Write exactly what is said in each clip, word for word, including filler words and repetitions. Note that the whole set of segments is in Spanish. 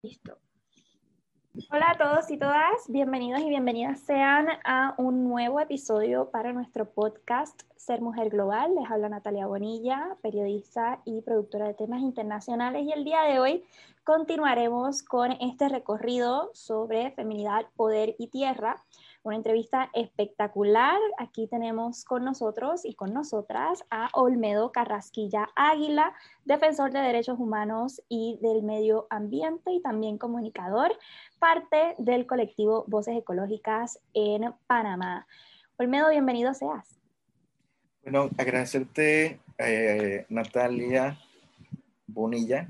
Listo. Hola a todos y todas, bienvenidos y bienvenidas sean a un nuevo episodio para nuestro podcast Ser Mujer Global. Les habla Natalia Bonilla, periodista y productora de temas internacionales, y el día de hoy continuaremos con este recorrido sobre feminidad, poder y tierra. Una entrevista espectacular. Aquí tenemos con nosotros y con nosotras a Olmedo Carrasquilla Águila, defensor de derechos humanos y del medio ambiente y también comunicador, parte del colectivo Voces Ecológicas en Panamá. Olmedo, bienvenido seas. Bueno, agradecerte, eh, Natalia Bonilla,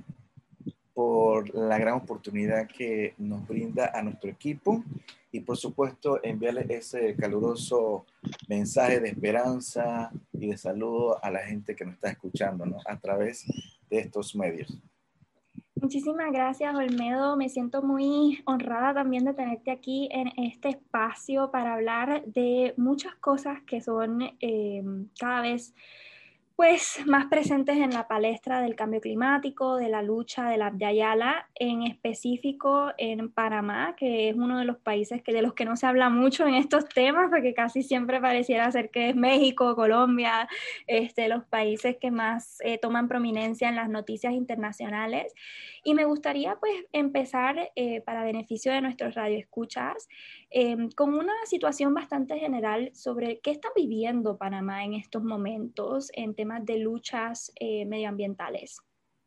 por la gran oportunidad que nos brinda a nuestro equipo y, por supuesto, enviarle ese caluroso mensaje de esperanza y de saludo a la gente que nos está escuchando, ¿no?, a través de estos medios. Muchísimas gracias, Olmedo. Me siento muy honrada también de tenerte aquí en este espacio para hablar de muchas cosas que son eh, cada vez pues, más presentes en la palestra del cambio climático, de la lucha de la Abya Yala, en específico en Panamá, que es uno de los países que, de los que no se habla mucho en estos temas, porque casi siempre pareciera ser que es México, Colombia, este, los países que más eh, toman prominencia en las noticias internacionales. Y me gustaría pues empezar, eh, para beneficio de nuestros radioescuchas, eh, con una situación bastante general sobre qué está viviendo Panamá en estos momentos en temas de luchas eh, medioambientales.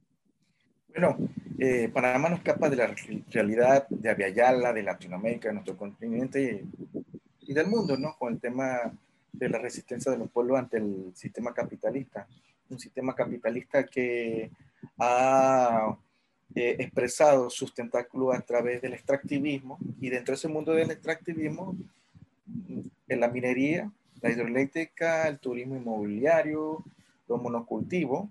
Bueno, eh, Panamá no escapa de la realidad de Abya Yala, de Latinoamérica, de nuestro continente y, y del mundo, ¿no?, con el tema de la resistencia de los pueblos ante el sistema capitalista. Un sistema capitalista que ha eh, expresado sus tentáculos a través del extractivismo, y dentro de ese mundo del extractivismo, en la minería, la hidroeléctrica, el turismo inmobiliario, los monocultivos,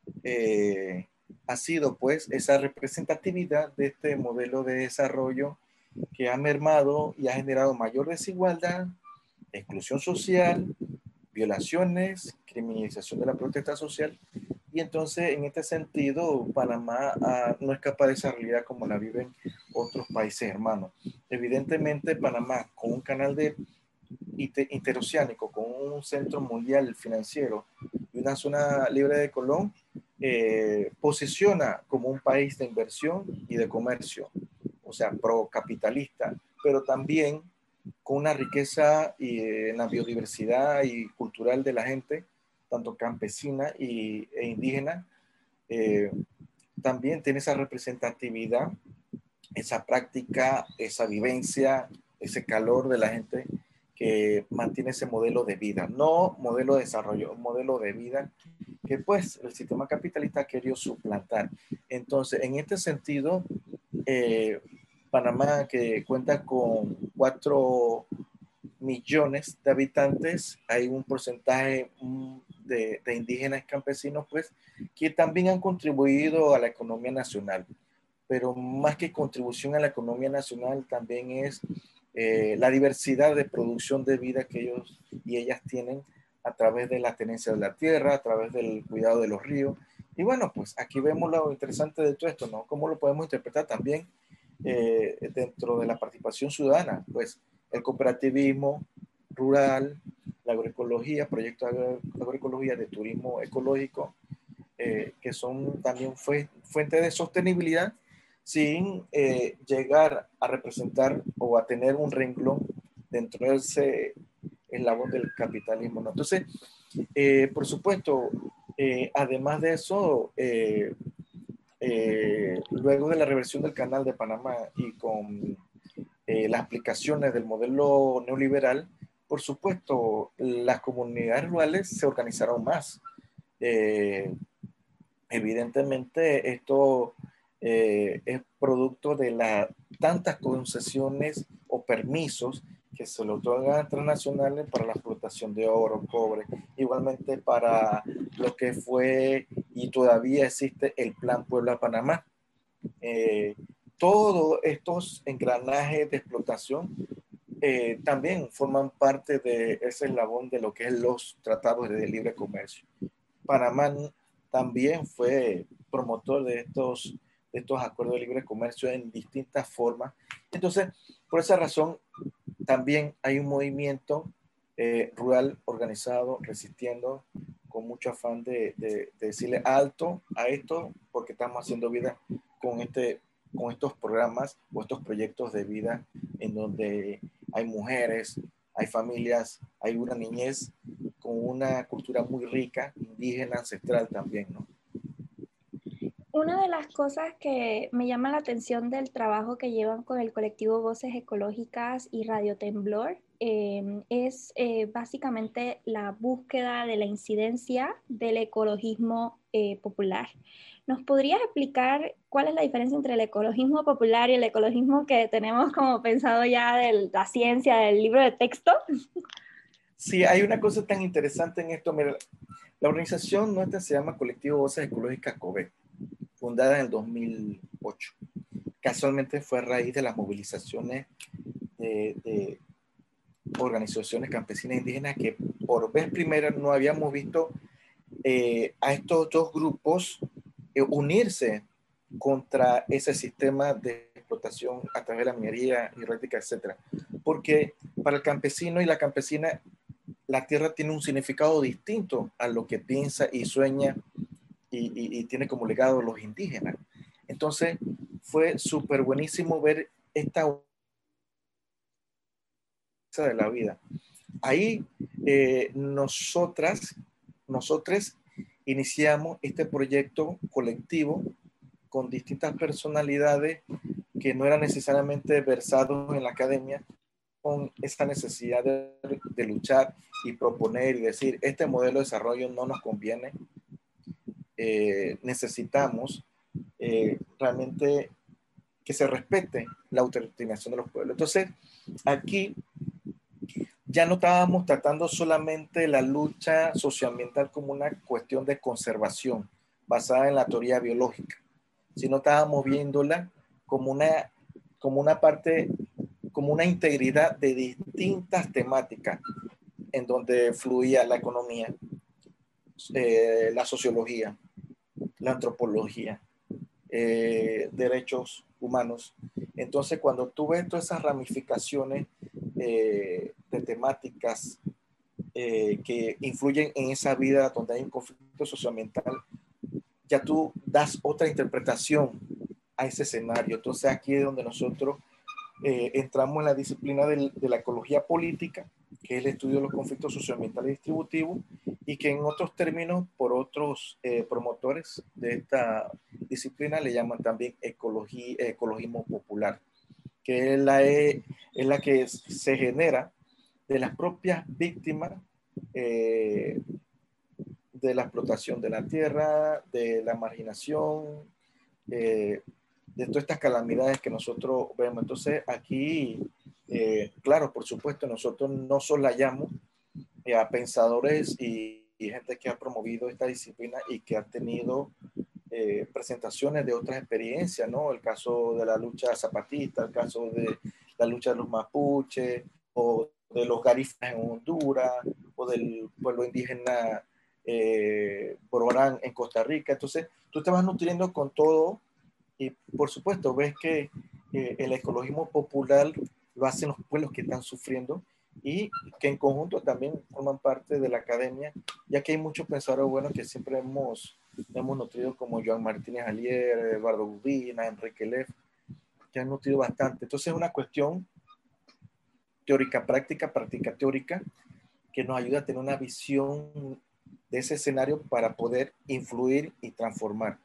eh, ha sido pues esa representatividad de este modelo de desarrollo que ha mermado y ha generado mayor desigualdad, exclusión social, violaciones, criminalización de la protesta social. Y entonces, en este sentido, Panamá uh, no es capaz de esa realidad como la viven otros países hermanos. Evidentemente, Panamá, con un canal de interoceánico, con un centro mundial financiero y una zona libre de Colón, eh, posiciona como un país de inversión y de comercio, o sea, pro-capitalista, pero también con una riqueza y, eh, en la biodiversidad y cultural de la gente, tanto campesina y, e indígena. Eh, también tiene esa representatividad, esa práctica, esa vivencia, ese calor de la gente que mantiene ese modelo de vida, no modelo de desarrollo, un modelo de vida que pues el sistema capitalista ha querido suplantar. Entonces, en este sentido, eh, Panamá, que cuenta con cuatro millones de habitantes, hay un porcentaje de, de indígenas campesinos, pues, que también han contribuido a la economía nacional. Pero más que contribución a la economía nacional, también es eh, la diversidad de producción de vida que ellos y ellas tienen a través de la tenencia de la tierra, a través del cuidado de los ríos. Y bueno, pues aquí vemos lo interesante de todo esto, ¿no? Cómo lo podemos interpretar también eh, dentro de la participación ciudadana, pues el cooperativismo rural, la agroecología, proyectos de agroecología, de turismo ecológico, eh, que son también fue, fuente de sostenibilidad, sin eh, llegar a representar o a tener un renglón dentro de ese eslabón del capitalismo, ¿no? Entonces, eh, por supuesto, eh, además de eso, eh, eh, luego de la reversión del Canal de Panamá y con eh, las aplicaciones del modelo neoliberal, por supuesto, las comunidades rurales se organizaron más. Eh, evidentemente, esto eh, es producto de las tantas concesiones o permisos que se le otorgan a transnacionales para la explotación de oro, cobre, igualmente para lo que fue y todavía existe el Plan Puebla-Panamá. Eh, todos estos engranajes de explotación eh, también forman parte de ese eslabón de lo que es los tratados de libre comercio. Panamá también fue promotor de estos de estos acuerdos de libre comercio en distintas formas. Entonces, por esa razón, también hay un movimiento eh, rural organizado, resistiendo, con mucho afán de, de, de decirle alto a esto, porque estamos haciendo vida con, este, con estos programas o estos proyectos de vida en donde hay mujeres, hay familias, hay una niñez con una cultura muy rica, indígena, ancestral también, ¿no? Una de las cosas que me llama la atención del trabajo que llevan con el colectivo Voces Ecológicas y Radio Temblor eh, es eh, básicamente la búsqueda de la incidencia del ecologismo eh, popular. ¿Nos podrías explicar cuál es la diferencia entre el ecologismo popular y el ecologismo que tenemos como pensado ya de la ciencia, del libro de texto? Sí, hay una cosa tan interesante en esto. Mira, la organización nuestra se llama Colectivo Voces Ecológicas COVEC, fundada en el dos mil ocho. Casualmente fue a raíz de las movilizaciones de, de organizaciones campesinas e indígenas que por vez primera no habíamos visto eh, a estos dos grupos eh, unirse contra ese sistema de explotación a través de la minería hidráulica, etcétera. Porque para el campesino y la campesina la tierra tiene un significado distinto a lo que piensa y sueña y, y, y tiene como legado los indígenas. Entonces fue súper buenísimo ver esta de la vida. Ahí eh, nosotras, nosotros iniciamos este proyecto colectivo con distintas personalidades que no eran necesariamente versados en la academia, con esta necesidad de, de luchar y proponer y decir, este modelo de desarrollo no nos conviene, eh, necesitamos eh, realmente que se respete la autodeterminación de los pueblos. Entonces, aquí ya no estábamos tratando solamente la lucha socioambiental como una cuestión de conservación basada en la teoría biológica, sino estábamos viéndola como una, como una parte, como una integridad de distintas temáticas en donde fluía la economía, eh, la sociología, la antropología, eh, derechos humanos. Entonces, cuando tú ves todas esas ramificaciones eh, de temáticas eh, que influyen en esa vida donde hay un conflicto socioambiental, ya tú das otra interpretación a ese escenario. Entonces, aquí es donde nosotros eh, entramos en la disciplina del, de la ecología política, que es el estudio de los conflictos socioambientales distributivos, y que en otros términos, por otros eh, promotores de esta disciplina, le llaman también ecología, ecologismo popular, que es la, es la que se genera de las propias víctimas eh, de la explotación de la tierra, de la marginación, eh, de todas estas calamidades que nosotros vemos. Entonces aquí, eh, claro, por supuesto, nosotros no solayamos eh, a pensadores y, y gente que ha promovido esta disciplina y que ha tenido eh, presentaciones de otras experiencias, ¿no? El caso de la lucha zapatista, el caso de la lucha de los mapuches, o de los garífunas en Honduras, o del pueblo indígena eh, Bororán en Costa Rica. Entonces, tú te vas nutriendo con todo y, por supuesto, ves que eh, el ecologismo popular lo hacen los pueblos que están sufriendo y que en conjunto también forman parte de la academia, ya que hay muchos pensadores buenos que siempre hemos, hemos nutrido, como Joan Martínez Alier, Eduardo Ubina, Enrique Leff, que han nutrido bastante. Entonces es una cuestión teórica práctica, práctica teórica, que nos ayuda a tener una visión de ese escenario para poder influir y transformar.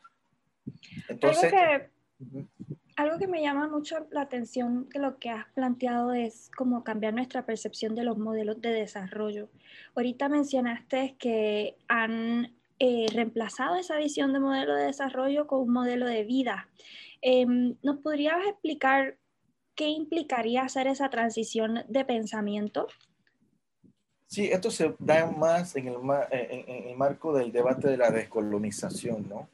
Algo Entonces, que, uh-huh. algo que me llama mucho la atención de lo que has planteado es cómo cambiar nuestra percepción de los modelos de desarrollo. Ahorita mencionaste que han eh, reemplazado esa visión de modelo de desarrollo con un modelo de vida. Eh, ¿Nos podrías explicar qué implicaría hacer esa transición de pensamiento? Sí, esto se da más en el, en, en el marco del debate de la descolonización, ¿no?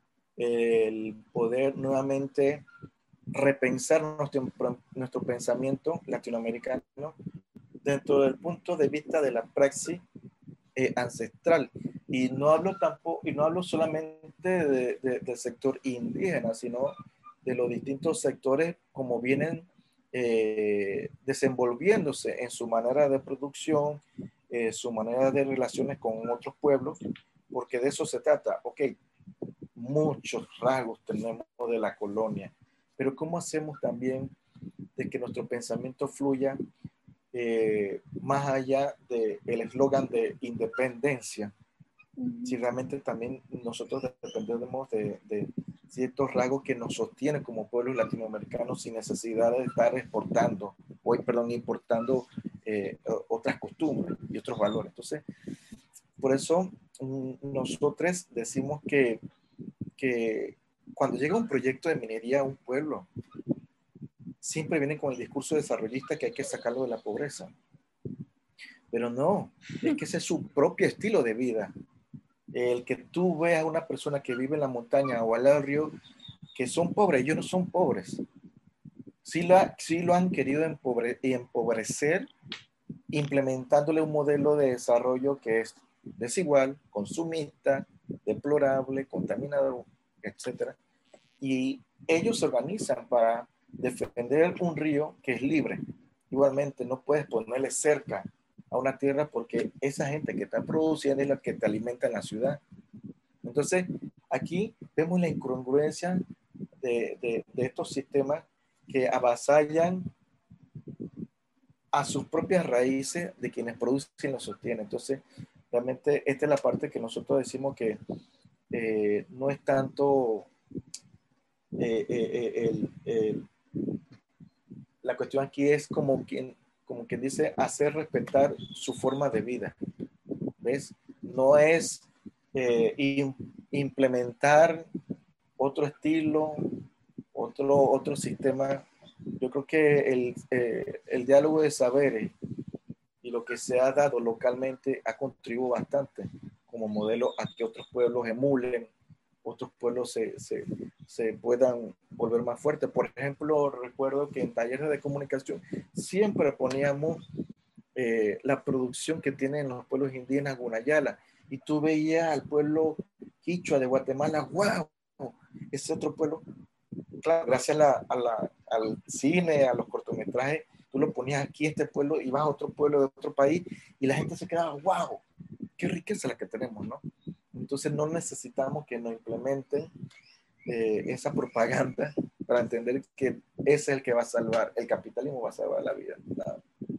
El poder nuevamente repensar nuestro, nuestro pensamiento latinoamericano dentro del punto de vista de la praxis eh, ancestral. Y no hablo tampoco, y no hablo solamente de, de, del sector indígena, sino de los distintos sectores, como vienen eh, desenvolviéndose en su manera de producción, eh, su manera de relaciones con otros pueblos, porque de eso se trata. Ok, muchos rasgos tenemos de la colonia, pero ¿cómo hacemos también de que nuestro pensamiento fluya eh, más allá del eslogan de independencia? Uh-huh. Si realmente también nosotros dependemos de, de ciertos rasgos que nos sostienen como pueblos latinoamericanos sin necesidad de estar exportando, o perdón, importando eh, otras costumbres y otros valores. Entonces, por eso nosotros decimos que, que cuando llega un proyecto de minería a un pueblo, siempre viene con el discurso desarrollista que hay que sacarlo de la pobreza. Pero no, es que ese es su propio estilo de vida. El que tú veas a una persona que vive en la montaña o al lado del río, que son pobres, ellos no son pobres. Sí lo, sí lo han querido empobre, empobrecer, implementándole un modelo de desarrollo que es desigual, consumista, deplorable, contaminador, etcétera. Y ellos se organizan para defender un río que es libre. Igualmente, no puedes ponerle cerca a una tierra porque esa gente que está produciendo es la que te alimenta en la ciudad. Entonces, aquí vemos la incongruencia de, de, de estos sistemas que avasallan a sus propias raíces de quienes producen y lo sostienen. Entonces, realmente esta es la parte que nosotros decimos que eh, no es tanto eh, eh, el, el, la cuestión aquí es como quien, como quien dice hacer respetar su forma de vida. ¿Ves? No es eh, implementar otro estilo, otro, otro sistema. Yo creo que el, eh, el diálogo de saberes y lo que se ha dado localmente ha contribuido bastante como modelo a que otros pueblos emulen, otros pueblos se, se, se puedan volver más fuertes. Por ejemplo, recuerdo que en talleres de comunicación siempre poníamos eh, la producción que tienen los pueblos indígenas Gunayala, y tú veías al pueblo quichua de Guatemala, wow, ese otro pueblo, claro, gracias a la, a la, al cine, a los cortometrajes, tú lo ponías aquí, este pueblo, y vas a otro pueblo de otro país, y la gente se quedaba, wow, qué riqueza la que tenemos, ¿no? Entonces no necesitamos que nos implementen eh, esa propaganda para entender que ese es el que va a salvar, el capitalismo va a salvar la vida. Nada.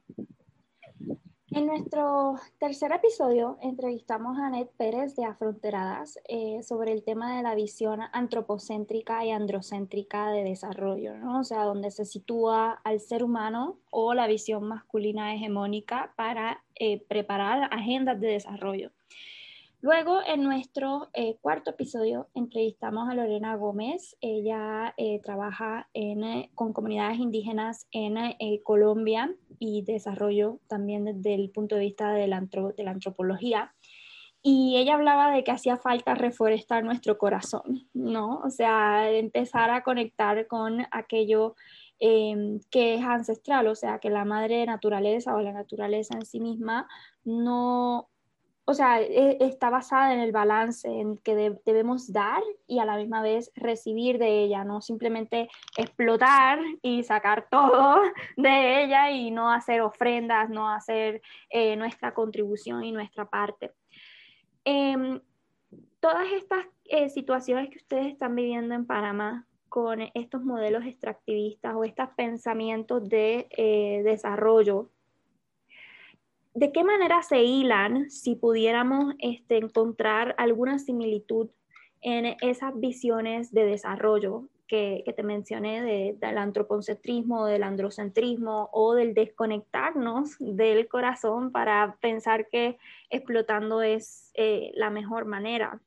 En nuestro tercer episodio entrevistamos a Anet Pérez de Afronteradas eh, sobre el tema de la visión antropocéntrica y androcéntrica de desarrollo, ¿no? O sea, donde se sitúa al ser humano o la visión masculina hegemónica para eh, preparar agendas de desarrollo. Luego, en nuestro eh, cuarto episodio, entrevistamos a Lorena Gómez. Ella eh, trabaja en, eh, con comunidades indígenas en eh, Colombia y desarrollo también desde el punto de vista de la, antro, de la antropología. Y ella hablaba de que hacía falta reforestar nuestro corazón, ¿no? O sea, empezar a conectar con aquello eh, que es ancestral, o sea, que la madre naturaleza o la naturaleza en sí misma no... O sea, está basada en el balance en que de, debemos dar y a la misma vez recibir de ella, no simplemente explotar y sacar todo de ella y no hacer ofrendas, no hacer eh, nuestra contribución y nuestra parte. Eh, todas estas eh, situaciones que ustedes están viviendo en Panamá con estos modelos extractivistas o estos pensamientos de eh, desarrollo, ¿de qué manera se hilan si pudiéramos este, encontrar alguna similitud en esas visiones de desarrollo que, que te mencioné de, del antropocentrismo, del androcentrismo o del desconectarnos del corazón para pensar que explotando es eh, la mejor manera?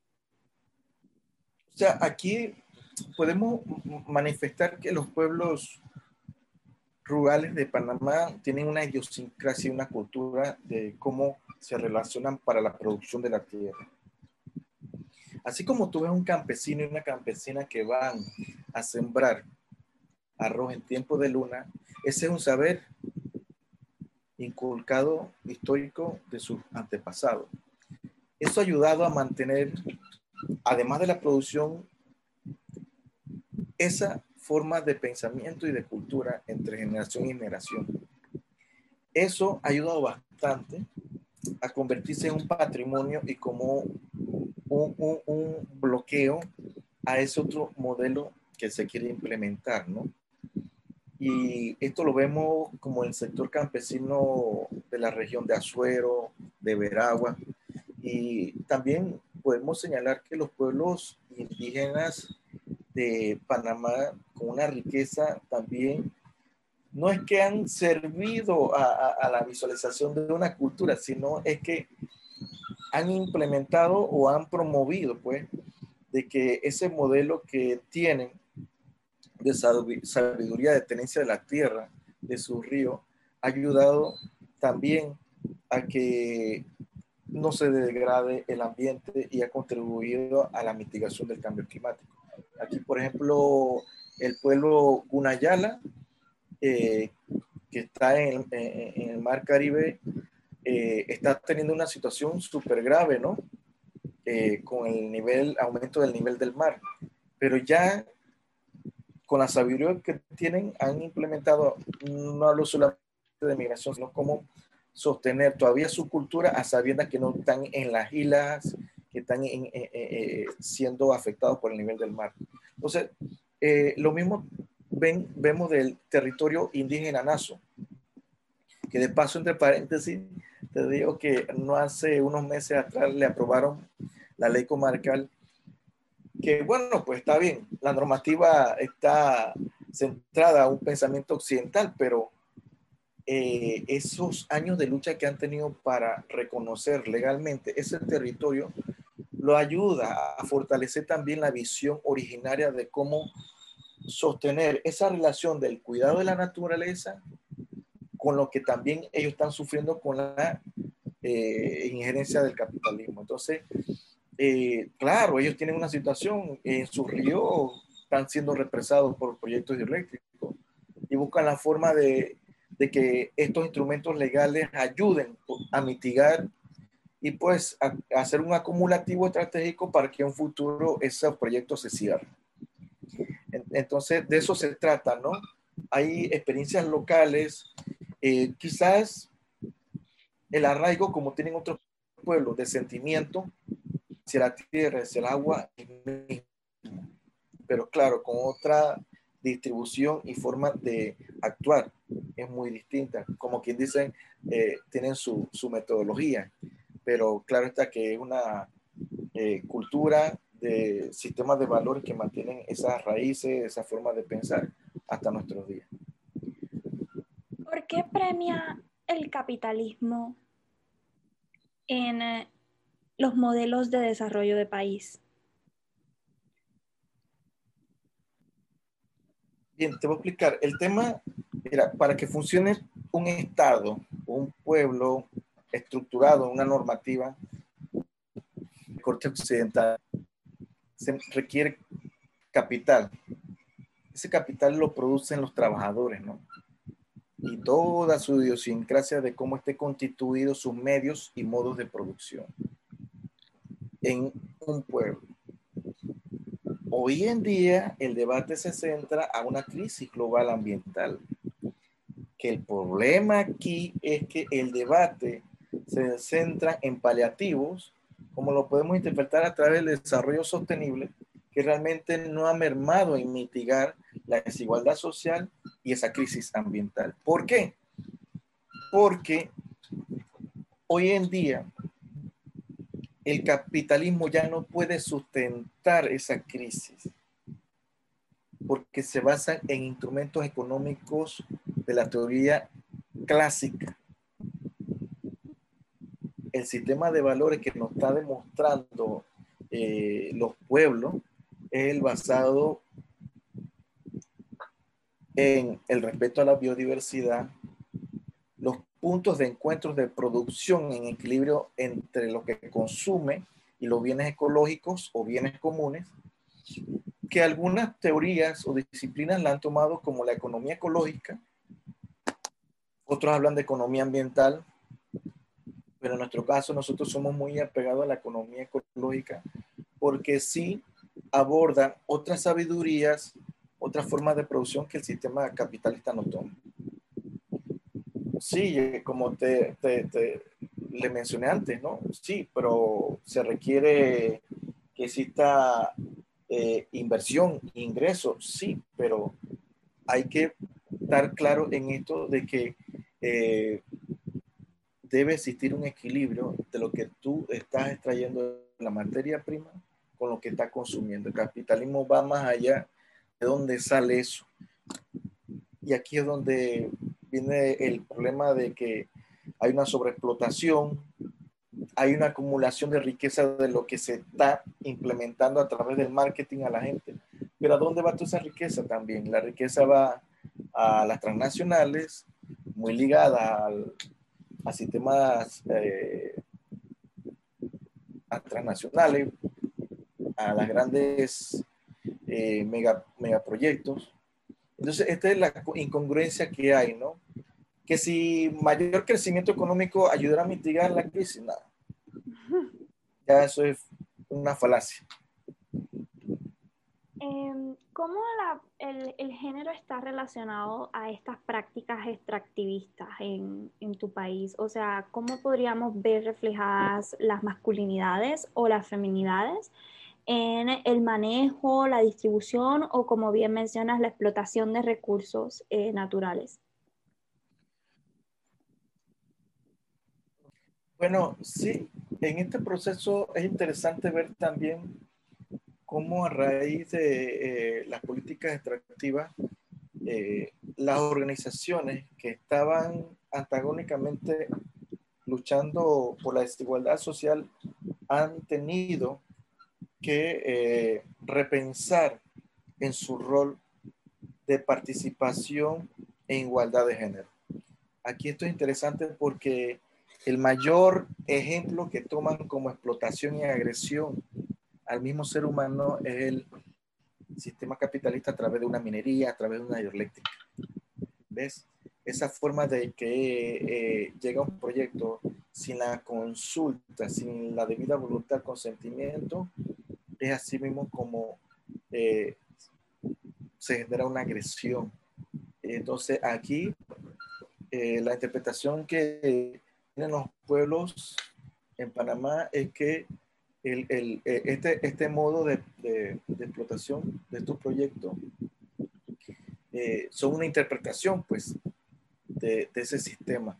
O sea, aquí podemos manifestar que los pueblos rurales de Panamá tienen una idiosincrasia, una cultura de cómo se relacionan para la producción de la tierra. Así como tú ves un campesino y una campesina que van a sembrar arroz en tiempo de luna, ese es un saber inculcado histórico de sus antepasados. Eso ha ayudado a mantener, además de la producción, esa formas de pensamiento y de cultura entre generación y generación. Eso ha ayudado bastante a convertirse en un patrimonio y como un, un, un bloqueo a ese otro modelo que se quiere implementar, ¿no? Y esto lo vemos como en el sector campesino de la región de Azuero, de Veragua, y también podemos señalar que los pueblos indígenas de Panamá, con una riqueza también, no es que han servido a, a, a la visualización de una cultura, sino es que han implementado o han promovido, pues, de que ese modelo que tienen de sabiduría, de tenencia de la tierra, de su río, ha ayudado también a que no se degrade el ambiente y ha contribuido a la mitigación del cambio climático. Aquí, por ejemplo, el pueblo Gunayala, eh, que está en, en, en el mar Caribe, eh, está teniendo una situación súper grave, ¿no? Eh, con el nivel, aumento del nivel del mar. Pero ya con la sabiduría que tienen, han implementado, no hablo solamente de migración, sino cómo sostener todavía su cultura a sabiendas que no están en las islas, que están en, eh, eh, siendo afectados por el nivel del mar. Entonces, eh, lo mismo ven, vemos del territorio indígena Naso, que de paso, entre paréntesis, te digo que no hace unos meses atrás le aprobaron la ley comarcal, que bueno, pues está bien, la normativa está centrada a un pensamiento occidental, pero eh, esos años de lucha que han tenido para reconocer legalmente ese territorio lo ayuda a fortalecer también la visión originaria de cómo sostener esa relación del cuidado de la naturaleza con lo que también ellos están sufriendo con la eh, injerencia del capitalismo. Entonces, eh, claro, ellos tienen una situación, en sus ríos están siendo represados por proyectos hidroeléctricos y buscan la forma de, de que estos instrumentos legales ayuden a mitigar y pues a, a hacer un acumulativo estratégico para que en un futuro esos proyectos se cierren. Entonces, de eso se trata, ¿no? Hay experiencias locales, eh, quizás el arraigo, como tienen otros pueblos, de sentimiento hacia la tierra, hacia el agua, pero claro, con otra distribución y forma de actuar es muy distinta. Como quien dice, eh, tienen su, su metodología, pero claro está que es una eh, cultura de sistemas de valores que mantienen esas raíces, esa forma de pensar hasta nuestros días. ¿Por qué premia el capitalismo en eh, los modelos de desarrollo de país? Bien, te voy a explicar. El tema, mira, para que funcione un Estado, un pueblo estructurado en una normativa de corte occidental, se requiere capital. Ese capital lo producen los trabajadores, ¿no? Y toda su idiosincrasia de cómo esté constituido sus medios y modos de producción en un pueblo. Hoy en día el debate se centra a una crisis global ambiental, que el problema aquí es que el debate se centra en paliativos, como lo podemos interpretar a través del desarrollo sostenible, que realmente no ha mermado en mitigar la desigualdad social y esa crisis ambiental. ¿Por qué? Porque hoy en día el capitalismo ya no puede sustentar esa crisis, porque se basa en instrumentos económicos de la teoría clásica. El sistema de valores que nos está demostrando eh, los pueblos es el basado en el respeto a la biodiversidad, los puntos de encuentro de producción en equilibrio entre lo que consume y los bienes ecológicos o bienes comunes, que algunas teorías o disciplinas la han tomado como la economía ecológica, otros hablan de economía ambiental, pero en nuestro caso nosotros somos muy apegados a la economía ecológica porque sí abordan otras sabidurías, otra forma de producción que el sistema capitalista no toma. Sí, como te, te, te le mencioné antes, ¿no? Sí, pero se requiere que exista eh, inversión, ingresos, sí, pero hay que estar claro en esto de que eh, debe existir un equilibrio de lo que tú estás extrayendo de la materia prima con lo que estás consumiendo. El capitalismo va más allá de dónde sale eso. Y aquí es donde viene el problema de que hay una sobreexplotación, hay una acumulación de riqueza de lo que se está implementando a través del marketing a la gente. Pero ¿a dónde va toda esa riqueza también? La riqueza va a las transnacionales, muy ligada al, a sistemas eh, a transnacionales, a las grandes eh, mega, megaproyectos. Entonces, esta es la incongruencia que hay, ¿no? Que si mayor crecimiento económico ayudará a mitigar la crisis, nada. Ya eso es una falacia. Eh, ¿Cómo la, el, el género está relacionado a estas prácticas extractivistas en, en tu país? O sea, ¿cómo podríamos ver reflejadas las masculinidades o las feminidades en el manejo, la distribución o, como bien mencionas, la explotación de recursos eh, naturales? Bueno, sí, en este proceso es interesante ver también cómo a raíz de eh, las políticas extractivas, eh, las organizaciones que estaban antagónicamente luchando por la desigualdad social han tenido que eh, repensar en su rol de participación e igualdad de género. Aquí esto es interesante porque el mayor ejemplo que toman como explotación y agresión al mismo ser humano es el sistema capitalista a través de una minería, a través de una hidroeléctrica. ¿Ves? Esa forma de que eh, llega un proyecto sin la consulta, sin la debida voluntad, consentimiento, es así mismo como eh, se genera una agresión. Entonces aquí eh, la interpretación que tienen los pueblos en Panamá es que el, el, este, este modo de, de, de explotación de estos proyectos eh, son una interpretación pues de, de ese sistema.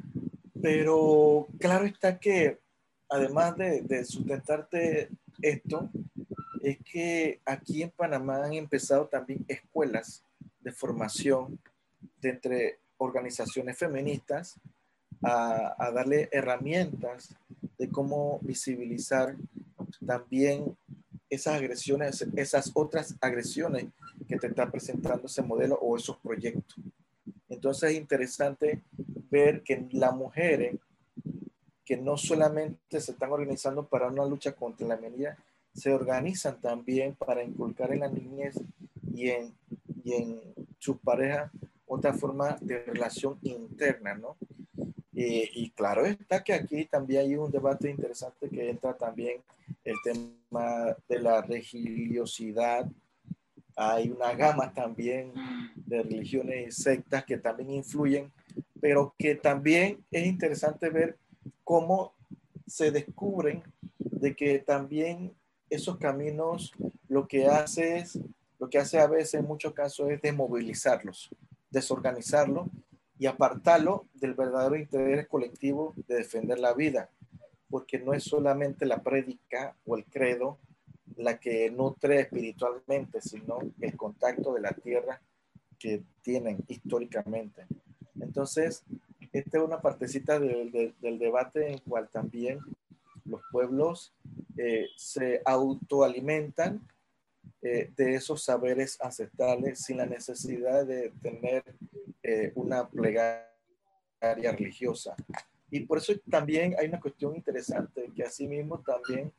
Pero claro está que además de, de sustentarte esto, es que aquí en Panamá han empezado también escuelas de formación de entre organizaciones feministas a, a darle herramientas de cómo visibilizar también esas agresiones, esas otras agresiones que te está presentando ese modelo o esos proyectos. Entonces es interesante ver que las mujeres que no solamente se están organizando para una lucha contra la minería, se organizan también para inculcar en la niñez y en, y en sus parejas otra forma de relación interna, ¿no? Y, y claro está que aquí también hay un debate interesante que entra también el tema de la religiosidad. Hay una gama también de religiones y sectas que también influyen, pero que también es interesante ver cómo se descubren de que también esos caminos lo que hace es, lo que hace a veces en muchos casos es desmovilizarlos, desorganizarlos y apartarlo del verdadero interés colectivo de defender la vida, porque no es solamente la prédica o el credo la que nutre espiritualmente, sino el contacto de la tierra que tienen históricamente. Entonces, esta es una partecita del, del, del debate en cual también los pueblos eh, se autoalimentan eh, de esos saberes ancestrales sin la necesidad de tener eh, una plegaria religiosa. Y por eso también hay una cuestión interesante, que asimismo también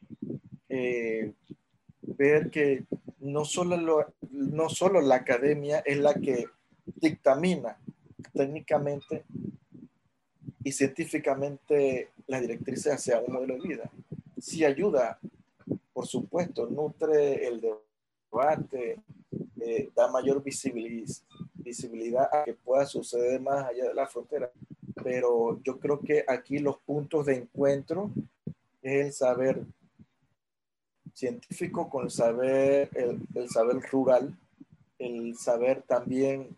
eh, ver que no solo, lo, no solo la academia es la que dictamina técnicamente y científicamente las directrices hacia un modelo de vida. Sí ayuda, por supuesto, nutre el debate, eh, da mayor visibiliz visibilidad a que pueda suceder más allá de la frontera. Pero yo creo que aquí los puntos de encuentro es el saber científico con el saber, el, el saber rural, el saber también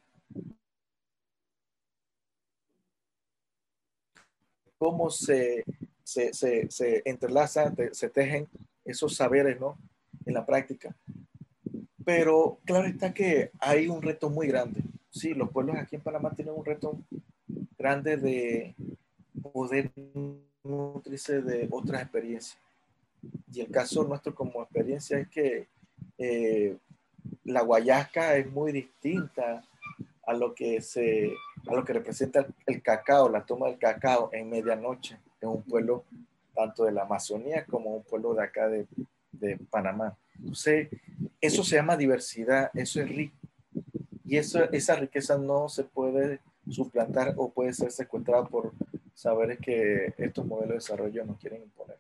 cómo se, se, se, se entrelazan, se tejen esos saberes, ¿no? En la práctica. Pero claro está que hay un reto muy grande. Sí, los pueblos aquí en Panamá tienen un reto grande de poder nutrirse de otras experiencias. Y el caso nuestro como experiencia es que eh, la guayasca es muy distinta a lo que se a lo que representa el, el cacao, la toma del cacao en medianoche en un pueblo tanto de la Amazonía como un pueblo de acá de, de Panamá. Entonces, eso se llama diversidad, eso es rico. Y eso, esa riqueza no se puede suplantar o puede ser secuestrada por saberes que estos modelos de desarrollo nos quieren imponer.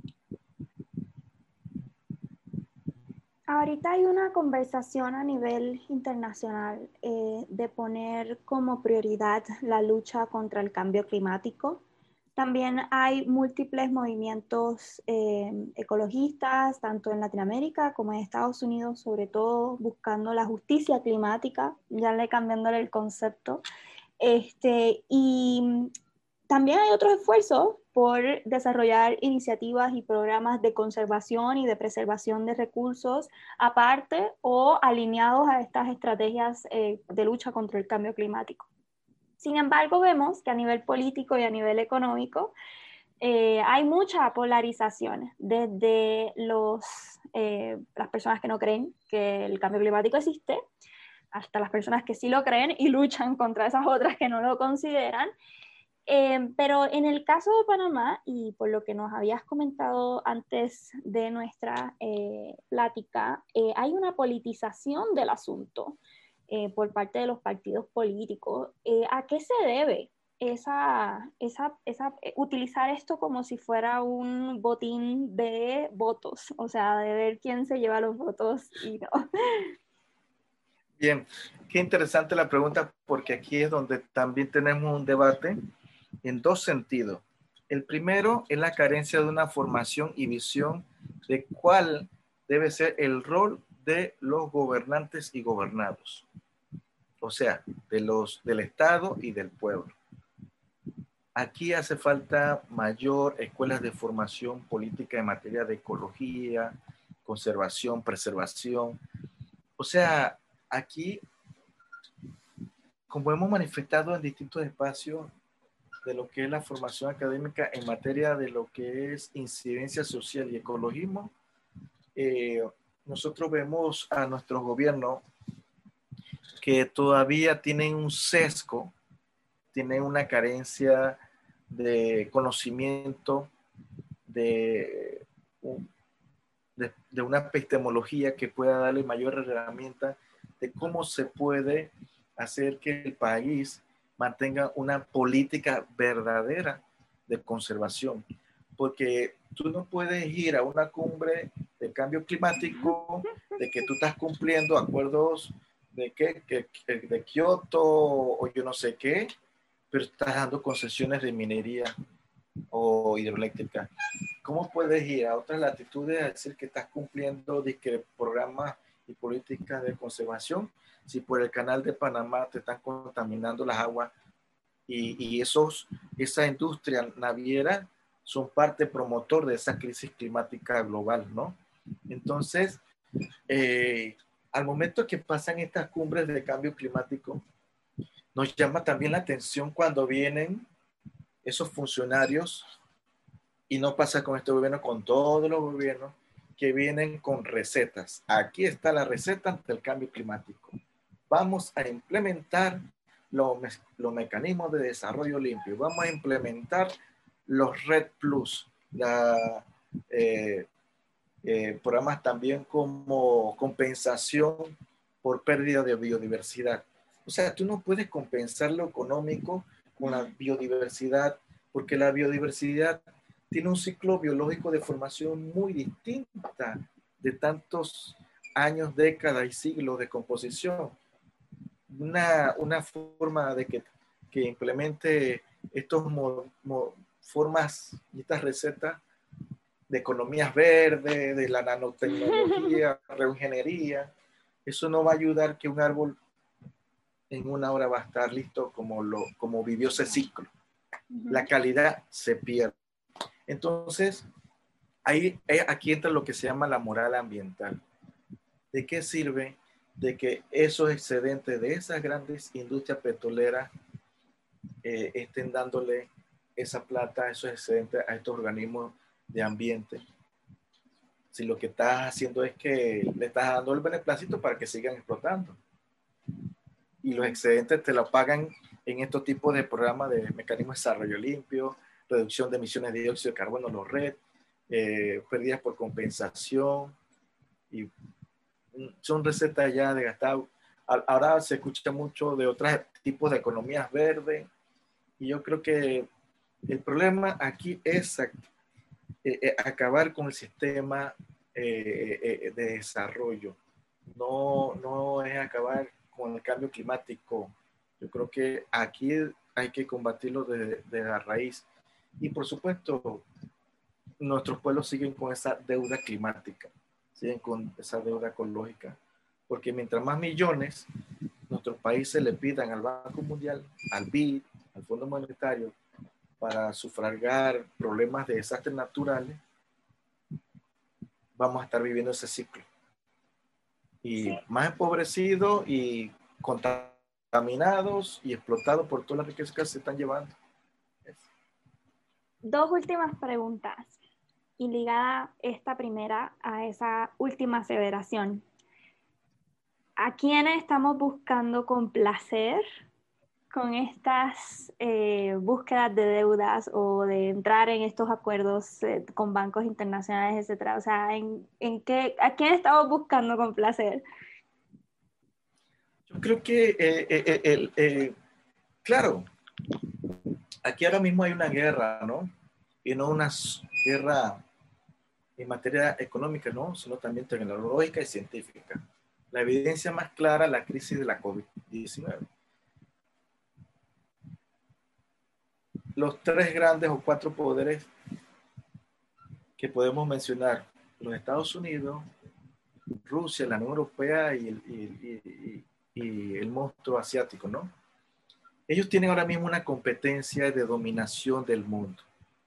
Ahorita hay una conversación a nivel internacional eh, de poner como prioridad la lucha contra el cambio climático. También hay múltiples movimientos eh, ecologistas, tanto en Latinoamérica como en Estados Unidos, sobre todo buscando la justicia climática, ya le cambiándole el concepto. Este, y también hay otros esfuerzos por desarrollar iniciativas y programas de conservación y de preservación de recursos aparte o alineados a estas estrategias eh, de lucha contra el cambio climático. Sin embargo, vemos que a nivel político y a nivel económico eh, hay mucha polarización, desde los, eh, las personas que no creen que el cambio climático existe, hasta las personas que sí lo creen y luchan contra esas otras que no lo consideran. Eh, pero en el caso de Panamá, y por lo que nos habías comentado antes de nuestra eh, plática, eh, hay una politización del asunto eh, por parte de los partidos políticos. Eh, ¿A qué se debe esa, esa, esa, eh, utilizar esto como si fuera un botín de votos? O sea, de ver quién se lleva los votos y no. Bien, qué interesante la pregunta porque aquí es donde también tenemos un debate en dos sentidos. El primero es la carencia de una formación y visión de cuál debe ser el rol de los gobernantes y gobernados, o sea, de los, del Estado y del pueblo. Aquí hace falta mayor escuelas de formación política en materia de ecología, conservación, preservación. O sea, aquí, como hemos manifestado en distintos espacios, de lo que es la formación académica en materia de lo que es incidencia social y ecologismo, eh, nosotros vemos a nuestros gobiernos que todavía tienen un sesgo, tienen una carencia de conocimiento, de, de, de una epistemología que pueda darle mayor herramienta de cómo se puede hacer que el país mantenga una política verdadera de conservación. Porque tú no puedes ir a una cumbre de cambio climático, de que tú estás cumpliendo acuerdos de, que, que, de Kioto o yo no sé qué, pero estás dando concesiones de minería o hidroeléctrica. ¿Cómo puedes ir a otras latitudes a decir que estás cumpliendo disque, programas y políticas de conservación si por el canal de Panamá te están contaminando las aguas y, y esos, esa industria naviera son parte promotor de esa crisis climática global, ¿no? Entonces, eh, al momento que pasan estas cumbres de cambio climático, nos llama también la atención cuando vienen esos funcionarios, y no pasa con este gobierno, con todos los gobiernos que vienen con recetas. Aquí está la receta ante el cambio climático. Vamos a implementar los, los mecanismos de desarrollo limpio. Vamos a implementar los Red Plus, la, eh, eh, programas también como compensación por pérdida de biodiversidad. O sea, tú no puedes compensar lo económico con la biodiversidad, porque la biodiversidad tiene un ciclo biológico de formación muy distinta de tantos años, décadas y siglos de composición. Una, una forma de que, que implemente estas formas y estas recetas de economías verdes, de la nanotecnología, reingeniería, eso no va a ayudar que un árbol en una hora va a estar listo como, lo, como vivió ese ciclo. Uh-huh. La calidad se pierde. Entonces, ahí, aquí entra lo que se llama la moral ambiental. ¿De qué sirve de que esos excedentes de esas grandes industrias petroleras eh, estén dándole esa plata, esos excedentes a estos organismos de ambiente? Si lo que estás haciendo es que le estás dando el beneplácito para que sigan explotando. Y los excedentes te lo pagan en estos tipos de programas de mecanismos de desarrollo limpio, reducción de emisiones de dióxido de carbono, los R E D, eh, pérdidas por compensación, y son recetas ya de gastar. Ahora se escucha mucho de otros tipos de economías verdes, y yo creo que el problema aquí es eh, eh, acabar con el sistema eh, eh, de desarrollo. No, no es acabar con el cambio climático. Yo creo que aquí hay que combatirlo de, de la raíz. Y por supuesto, nuestros pueblos siguen con esa deuda climática, siguen con esa deuda ecológica, porque mientras más millones nuestros países le pidan al Banco Mundial, al B I D, al Fondo Monetario, para sufragar problemas de desastres naturales, vamos a estar viviendo ese ciclo. Y sí, más empobrecidos y contaminados y explotados por todas las riquezas que se están llevando. Dos últimas preguntas, y ligada esta primera a esa última aseveración. ¿A quiénes estamos buscando complacer con estas eh, búsquedas de deudas o de entrar en estos acuerdos eh, con bancos internacionales, etcétera? O sea, ¿en, en qué, ¿a quién estamos buscando complacer? Yo creo que, eh, eh, eh, eh, claro, aquí ahora mismo hay una guerra, ¿no? Y no una guerra en materia económica, ¿no? Sino también tecnológica y científica. La evidencia más clara, la crisis de la COVID diecinueve. Los tres grandes o cuatro poderes que podemos mencionar, los Estados Unidos, Rusia, la Unión Europea y el, y, y, y el monstruo asiático, ¿no? Ellos tienen ahora mismo una competencia de dominación del mundo.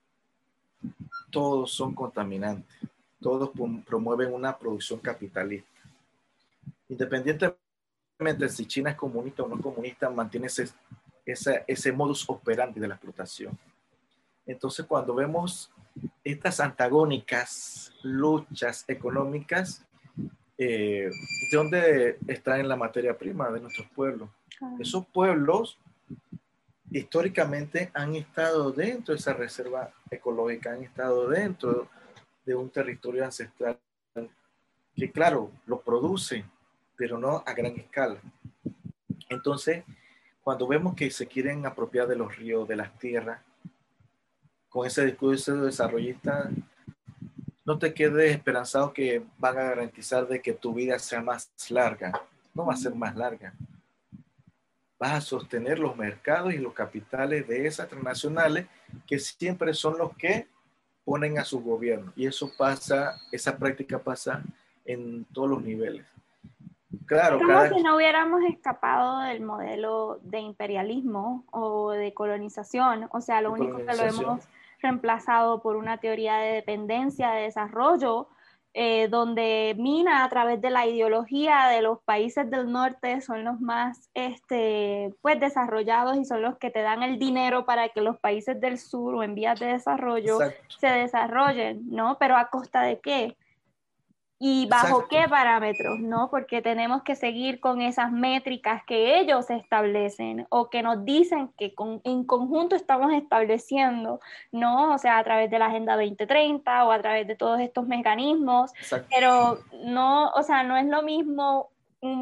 Todos son contaminantes, todos promueven una producción capitalista. Independientemente si China es comunista o no comunista, mantiene ese, ese, ese modus operandi de la explotación. Entonces, cuando vemos estas antagónicas luchas económicas, eh, ¿de dónde extraen la materia prima de nuestros pueblos? Ah. Esos pueblos históricamente han estado dentro de esa reserva ecológica, han estado dentro de un territorio ancestral que, claro, lo produce, pero no a gran escala. Entonces, cuando vemos que se quieren apropiar de los ríos, de las tierras, con ese discurso desarrollista, no te quedes esperanzado que van a garantizar de que tu vida sea más larga. No va a ser más larga. Vas a sostener los mercados y los capitales de esas transnacionales que siempre son los que ponen a sus gobiernos. Y eso pasa, esa práctica pasa en todos los niveles. Claro, como cada... si no hubiéramos escapado del modelo de imperialismo o de colonización. O sea, lo de único que lo hemos reemplazado por una teoría de dependencia, de desarrollo, eh, donde mina a través de la ideología de los países del norte son los más este, pues, desarrollados y son los que te dan el dinero para que los países del sur o en vías de desarrollo Exacto. se desarrollen, ¿no? Pero ¿a costa de qué? ¿Y bajo Exacto. qué parámetros? ¿No? Porque tenemos que seguir con esas métricas que ellos establecen o que nos dicen que con, en conjunto estamos estableciendo, ¿no? O sea, a través de la Agenda veinte treinta o a través de todos estos mecanismos. Exacto. Pero no, o sea, no es lo mismo un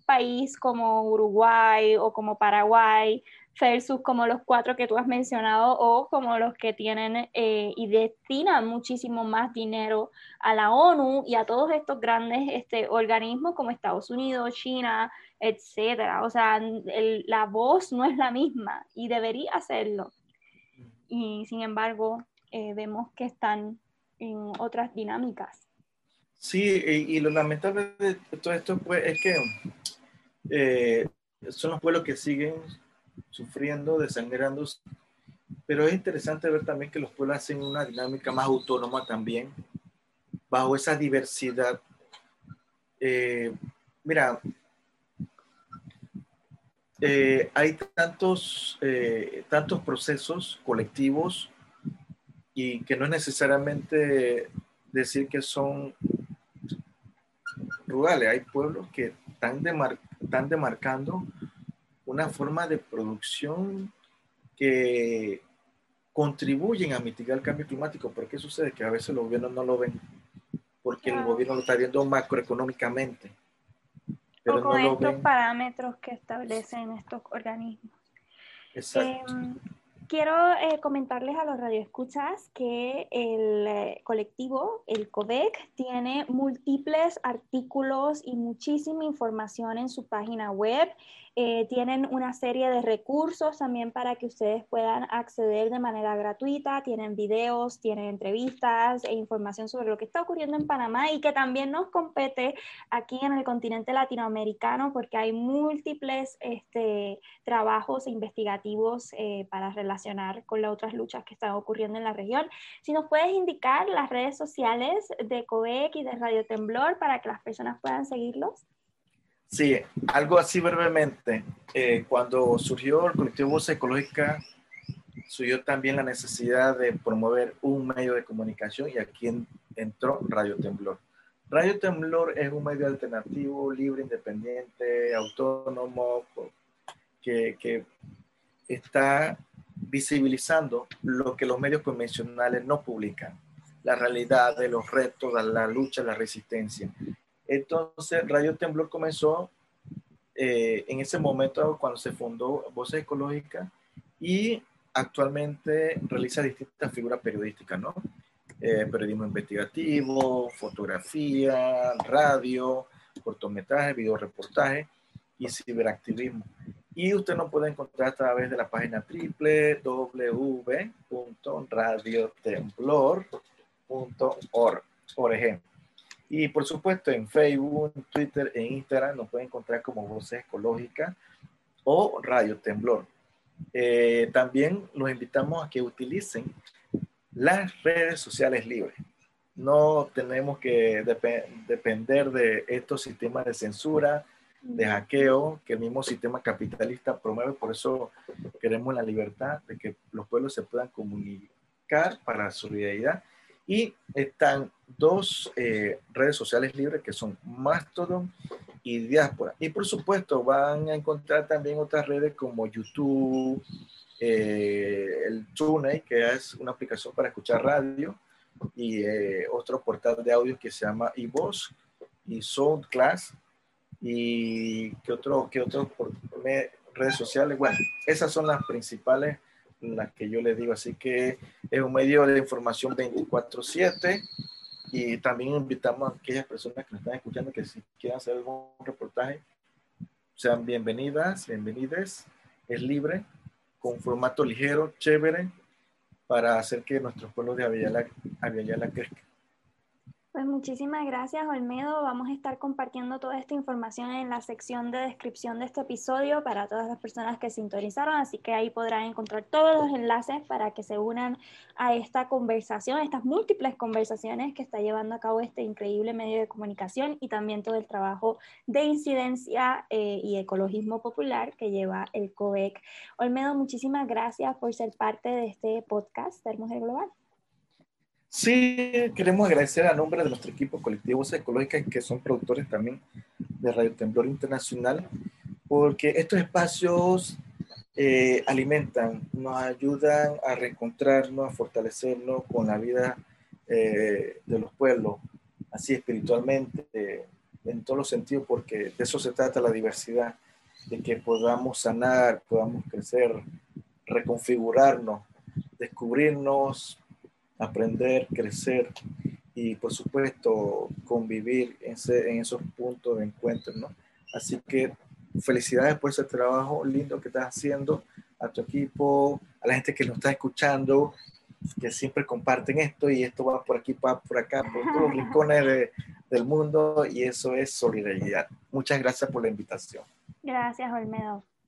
país como Uruguay o como Paraguay versus como los cuatro que tú has mencionado o como los que tienen eh, y destinan muchísimo más dinero a la ONU y a todos estos grandes este, organismos como Estados Unidos, China, etcétera. O sea, el, la voz no es la misma y debería serlo. Y sin embargo, eh, vemos que están en otras dinámicas. Sí, y, y lo lamentable de todo esto pues, es que eh, son los pueblos que siguen sufriendo, desangrándose, pero es interesante ver también que los pueblos hacen una dinámica más autónoma también, bajo esa diversidad. Eh, mira, eh, hay tantos, eh, tantos procesos colectivos y que no es necesariamente decir que son rurales, hay pueblos que están, demar están demarcando una forma de producción que contribuyen a mitigar el cambio climático. ¿Por qué sucede? Que a veces los gobiernos no lo ven, porque el Claro. gobierno lo está viendo macroeconómicamente, O pero con no lo estos ven. parámetros que establecen estos organismos. Eh, Exacto. quiero eh, comentarles a los radioescuchas que el eh, colectivo, el COVEC, tiene múltiples artículos y muchísima información en su página web. Eh, tienen una serie de recursos también para que ustedes puedan acceder de manera gratuita. Tienen videos, tienen entrevistas e información sobre lo que está ocurriendo en Panamá y que también nos compete aquí en el continente latinoamericano porque hay múltiples este, trabajos investigativos eh, para relacionar con las otras luchas que están ocurriendo en la región. Si nos puedes indicar las redes sociales de COVEC y de Radio Temblor para que las personas puedan seguirlos. Sí, algo así brevemente. Eh, cuando surgió el colectivo Voz Ecológica, surgió también la necesidad de promover un medio de comunicación y aquí en, entró Radio Temblor. Radio Temblor es un medio alternativo, libre, independiente, autónomo, que, que está visibilizando lo que los medios convencionales no publican, la realidad de los retos, la lucha, la resistencia. Entonces, Radio Temblor comenzó eh, en ese momento cuando se fundó Voces Ecológicas y actualmente realiza distintas figuras periodísticas, ¿no? Eh, periodismo investigativo, fotografía, radio, cortometraje, videoreportaje y ciberactivismo. Y usted nos puede encontrar a través de la página doble u doble u doble u punto radio temblor punto org. Y por supuesto en Facebook, en Twitter e Instagram nos pueden encontrar como Voces Ecológicas o Radio Temblor. Eh, también los invitamos a que utilicen las redes sociales libres. No tenemos que dep depender de estos sistemas de censura, de hackeo que el mismo sistema capitalista promueve. Por eso queremos la libertad de que los pueblos se puedan comunicar para la solidaridad. Y están dos eh, redes sociales libres que son Mastodon y Diáspora. Y por supuesto van a encontrar también otras redes como YouTube, eh, el TuneIn, que es una aplicación para escuchar radio, y eh, otro portal de audio que se llama iVoox y SoundCloud. Y qué otro, qué otro por, por redes sociales. Bueno, esas son las principales, las que yo les digo. Así que es un medio de información veinticuatro siete. Y también invitamos a aquellas personas que nos están escuchando que si quieren hacer algún reportaje, sean bienvenidas, bienvenides. Es libre, con formato ligero, chévere, para hacer que nuestros pueblos de Abya Yala crezcan. Pues muchísimas gracias, Olmedo. Vamos a estar compartiendo toda esta información en la sección de descripción de este episodio para todas las personas que sintonizaron, así que ahí podrán encontrar todos los enlaces para que se unan a esta conversación, a estas múltiples conversaciones que está llevando a cabo este increíble medio de comunicación y también todo el trabajo de incidencia eh, y ecologismo popular que lleva el COVEC. Olmedo, muchísimas gracias por ser parte de este podcast de Mujer Global. Sí, queremos agradecer a nombre de nuestro equipo Colectivos Ecológicas, que son productores también de Radio Temblor Internacional, porque estos espacios eh, alimentan, nos ayudan a reencontrarnos, a fortalecernos con la vida eh, de los pueblos, así espiritualmente, eh, en todos los sentidos, porque de eso se trata la diversidad, de que podamos sanar, podamos crecer, reconfigurarnos, descubrirnos, aprender, crecer y por supuesto convivir en, ese, en esos puntos de encuentro, ¿no? Así que felicidades por ese trabajo lindo que estás haciendo, a tu equipo, a la gente que nos está escuchando, que siempre comparten esto y esto va por aquí, va por acá, por todos los rincones de, del mundo y eso es solidaridad. Muchas gracias por la invitación. Gracias, Olmedo.